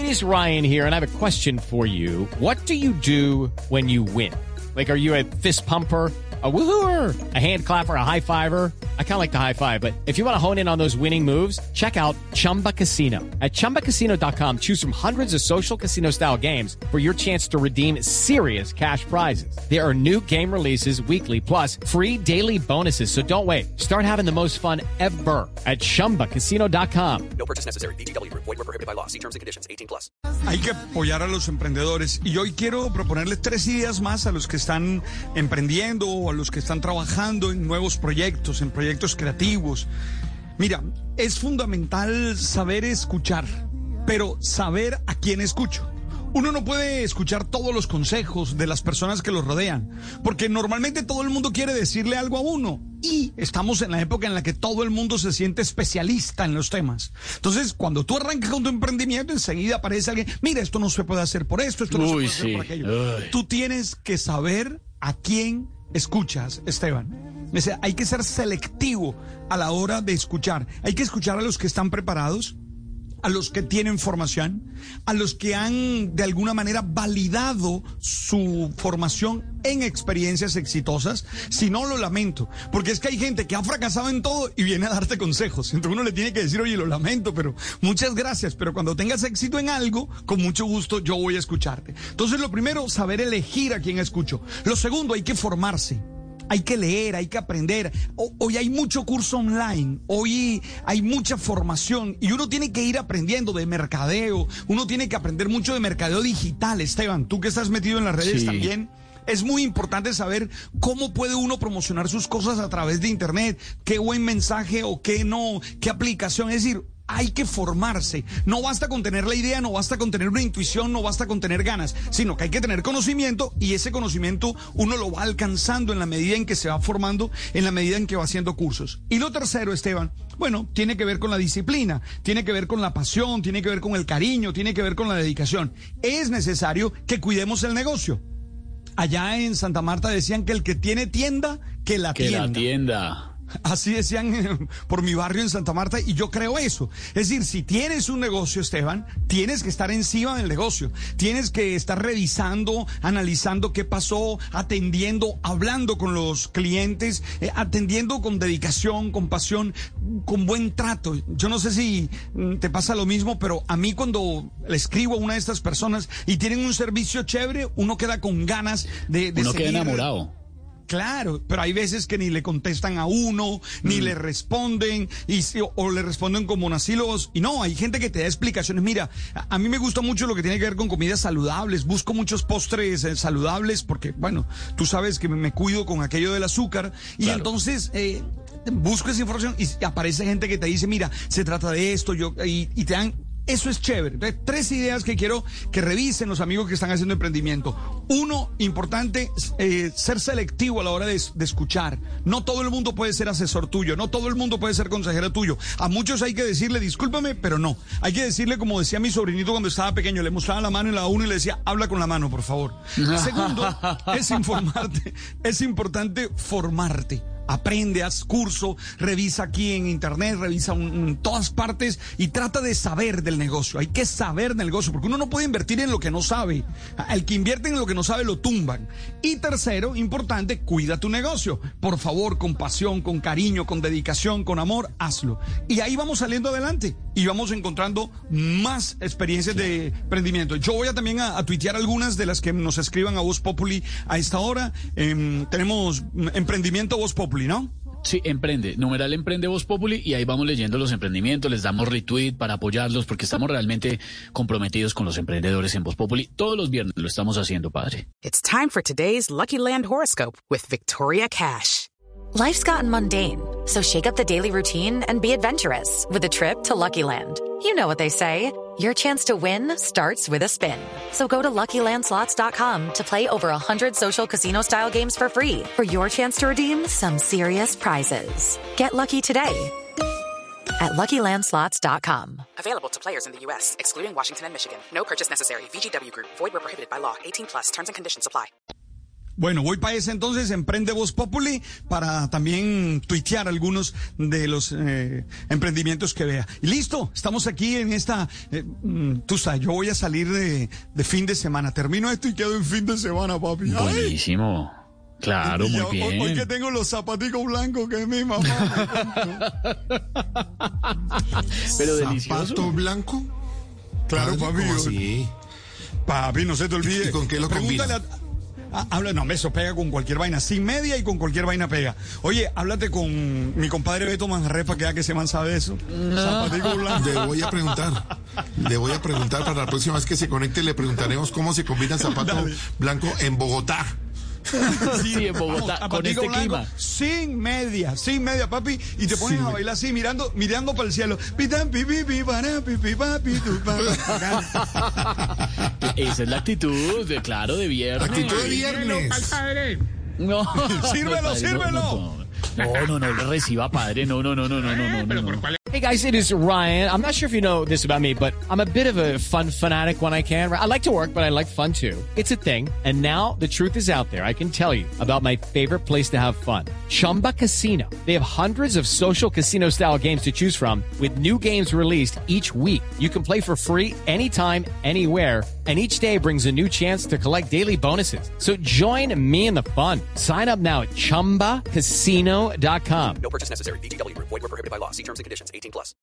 is Ryan here, and I have a question for you. What do you do when you win? Like, are you a fist pumper, a woohooer, a hand clapper, a high fiver? I kind of like the high five, but if you want to hone in on those winning moves, check out Chumba Casino. At ChumbaCasino.com, choose from hundreds of social casino-style games for your chance to redeem serious cash prizes. There are new game releases weekly, plus free daily bonuses. So don't wait. Start having the most fun ever at ChumbaCasino.com. No purchase necessary. VGW Group. Void where prohibited by law. See terms and conditions. 18+. Hay que apoyar a los emprendedores y hoy quiero proponerles 3 ideas más a los que están emprendiendo o a los que están trabajando en nuevos proyectos, en proyectos creativos. Mira, es fundamental saber escuchar, pero saber a quién escucho. Uno no puede escuchar todos los consejos de las personas que los rodean, porque normalmente todo el mundo quiere decirle algo a uno y estamos en la época en la que todo el mundo se siente especialista en los temas. Entonces, cuando tú arrancas con tu emprendimiento, enseguida aparece alguien, mira, esto no se puede hacer por esto, esto no se puede hacer por aquello. Tú tienes que saber a quién escuchas, Esteban. O sea, hay que ser selectivo a la hora de escuchar. Hay que escuchar a los que están preparados, a los que tienen formación, a los que han de alguna manera validado su formación en experiencias exitosas. Si no, lo lamento, porque es que hay gente que ha fracasado en todo y viene a darte consejos. Entonces uno le tiene que decir, oye, lo lamento, pero muchas gracias, pero cuando tengas éxito en algo, con mucho gusto yo voy a escucharte. Entonces lo primero, saber elegir a quién escucho. Lo segundo, hay que formarse. Hay que leer, hay que aprender. Hoy hay mucho curso online, hoy hay mucha formación y uno tiene que ir aprendiendo de mercadeo, uno tiene que aprender mucho de mercadeo digital. Esteban, tú que estás metido en las redes también, es muy importante saber cómo puede uno promocionar sus cosas a través de internet, qué buen mensaje o qué no, qué aplicación, es decir, hay que formarse. No basta con tener la idea, no basta con tener una intuición, no basta con tener ganas, sino que hay que tener conocimiento y ese conocimiento uno lo va alcanzando en la medida en que se va formando, en la medida en que va haciendo cursos. Y lo tercero, Esteban, bueno, tiene que ver con la disciplina, tiene que ver con la pasión, tiene que ver con el cariño, tiene que ver con la dedicación. Es necesario que cuidemos el negocio. Allá en Santa Marta decían que el que tiene tienda, que la tienda. Así decían por mi barrio en Santa Marta y yo creo eso. Es decir, si tienes un negocio, Esteban, tienes que estar encima del negocio. Tienes que estar revisando, analizando qué pasó, atendiendo, hablando con los clientes, atendiendo con dedicación, con pasión, con buen trato. Yo no sé si te pasa lo mismo, pero a mí cuando le escribo a una de estas personas y tienen un servicio chévere, uno queda con ganas de uno seguir. Queda enamorado. Claro, pero hay veces que ni le contestan a uno, ni le responden, o le responden como monasílabos. Y no, hay gente que te da explicaciones. Mira, a mí me gusta mucho lo que tiene que ver con comidas saludables. Busco muchos postres saludables porque, bueno, tú sabes que me cuido con aquello del azúcar. Y claro. Entonces, busco esa información y aparece gente que te dice, mira, se trata de esto, y te dan... Eso es chévere. Entonces, 3 ideas que quiero que revisen los amigos que están haciendo emprendimiento. 1, importante, ser selectivo a la hora de escuchar. No todo el mundo puede ser asesor tuyo, no todo el mundo puede ser consejero tuyo. A muchos hay que decirle, discúlpame, pero no. Hay que decirle, como decía mi sobrinito cuando estaba pequeño, le mostraba la mano en la uno y le decía, habla con la mano, por favor. Segundo, es informarte. Es importante formarte. Aprende, haz curso, revisa aquí en internet, revisa en todas partes y trata de saber del negocio. Hay que saber del negocio porque uno no puede invertir en lo que no sabe. El que invierte en lo que no sabe lo tumban. Y tercero, importante, cuida tu negocio. Por favor, con pasión, con cariño, con dedicación, con amor, hazlo. Y ahí vamos saliendo adelante y vamos encontrando más experiencias de emprendimiento. Yo voy también a tuitear algunas de las que nos escriban a Voz Populi a esta hora. Tenemos Emprendimiento Voz Populi, ¿no? Sí, numeral Emprende Voz Populi y ahí vamos leyendo los emprendimientos, les damos retweet para apoyarlos porque estamos realmente comprometidos con los emprendedores en Voz Populi. Todos los viernes lo estamos haciendo, padre. It's time for today's Lucky Land horoscope with Victoria Cash. Life's gotten mundane, so shake up the daily routine and be adventurous with a trip to Lucky Land. You know what they say. Your chance to win starts with a spin. So go to LuckyLandSlots.com to play over 100 social casino-style games for free for your chance to redeem some serious prizes. Get lucky today at LuckyLandSlots.com. Available to players in the U.S., excluding Washington and Michigan. No purchase necessary. VGW Group. Void where prohibited by law. 18+. Terms and conditions apply. Bueno, voy para ese entonces, Emprende Voz Populi, para también tuitear algunos de los emprendimientos que vea. Y listo, estamos aquí en esta, tú sabes, yo voy a salir de fin de semana. Termino esto y quedo en fin de semana, papi. Buenísimo. Claro, muy bien. Hoy que tengo los zapaticos blancos que es mi mamá. Pero delicioso. ¿Zapato blanco? Claro, papi. Sí. Papi, no se te olvide. ¿Y con qué lo combina? No, eso pega con cualquier vaina, sin media y con cualquier vaina pega. Oye, háblate con mi compadre Beto Manjarres para que ese man sabe eso. Zapatico blanco. Le voy a preguntar para la próxima vez que se conecte, le preguntaremos cómo se combina el zapato blanco en Bogotá. Sí, en Bogotá, vamos, con este clima. Sin media, papi, y te pones a bailar así, mirando para el cielo. Esa es la actitud, claro, de viernes. Actitud de viernes. No. Sírvelo. No, le reciba, padre. No. Hey guys, it is Ryan. I'm not sure if you know this about me, but I'm a bit of a fun fanatic when I can. I like to work, but I like fun too. It's a thing. And now the truth is out there. I can tell you about my favorite place to have fun. Chumba Casino. They have hundreds of social casino style games to choose from with new games released each week. You can play for free anytime, anywhere. And each day brings a new chance to collect daily bonuses. So join me in the fun. Sign up now at ChumbaCasino.com. No purchase necessary. VGW Group. Void where prohibited by law. See terms and conditions. 18+.